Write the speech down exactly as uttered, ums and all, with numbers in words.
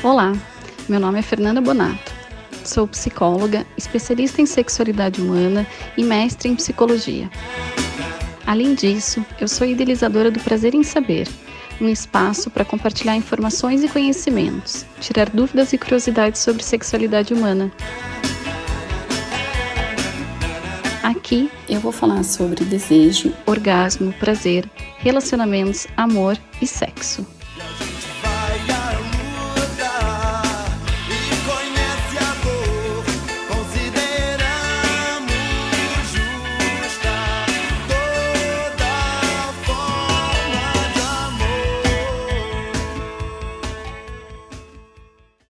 Olá, meu nome é Fernanda Bonato. Sou psicóloga, especialista em sexualidade humana e mestre em psicologia. Além disso, eu sou idealizadora do Prazer em Saber, um espaço para compartilhar informações e conhecimentos, tirar dúvidas e curiosidades sobre sexualidade humana. Aqui eu vou falar sobre desejo, orgasmo, prazer, relacionamentos, amor e sexo.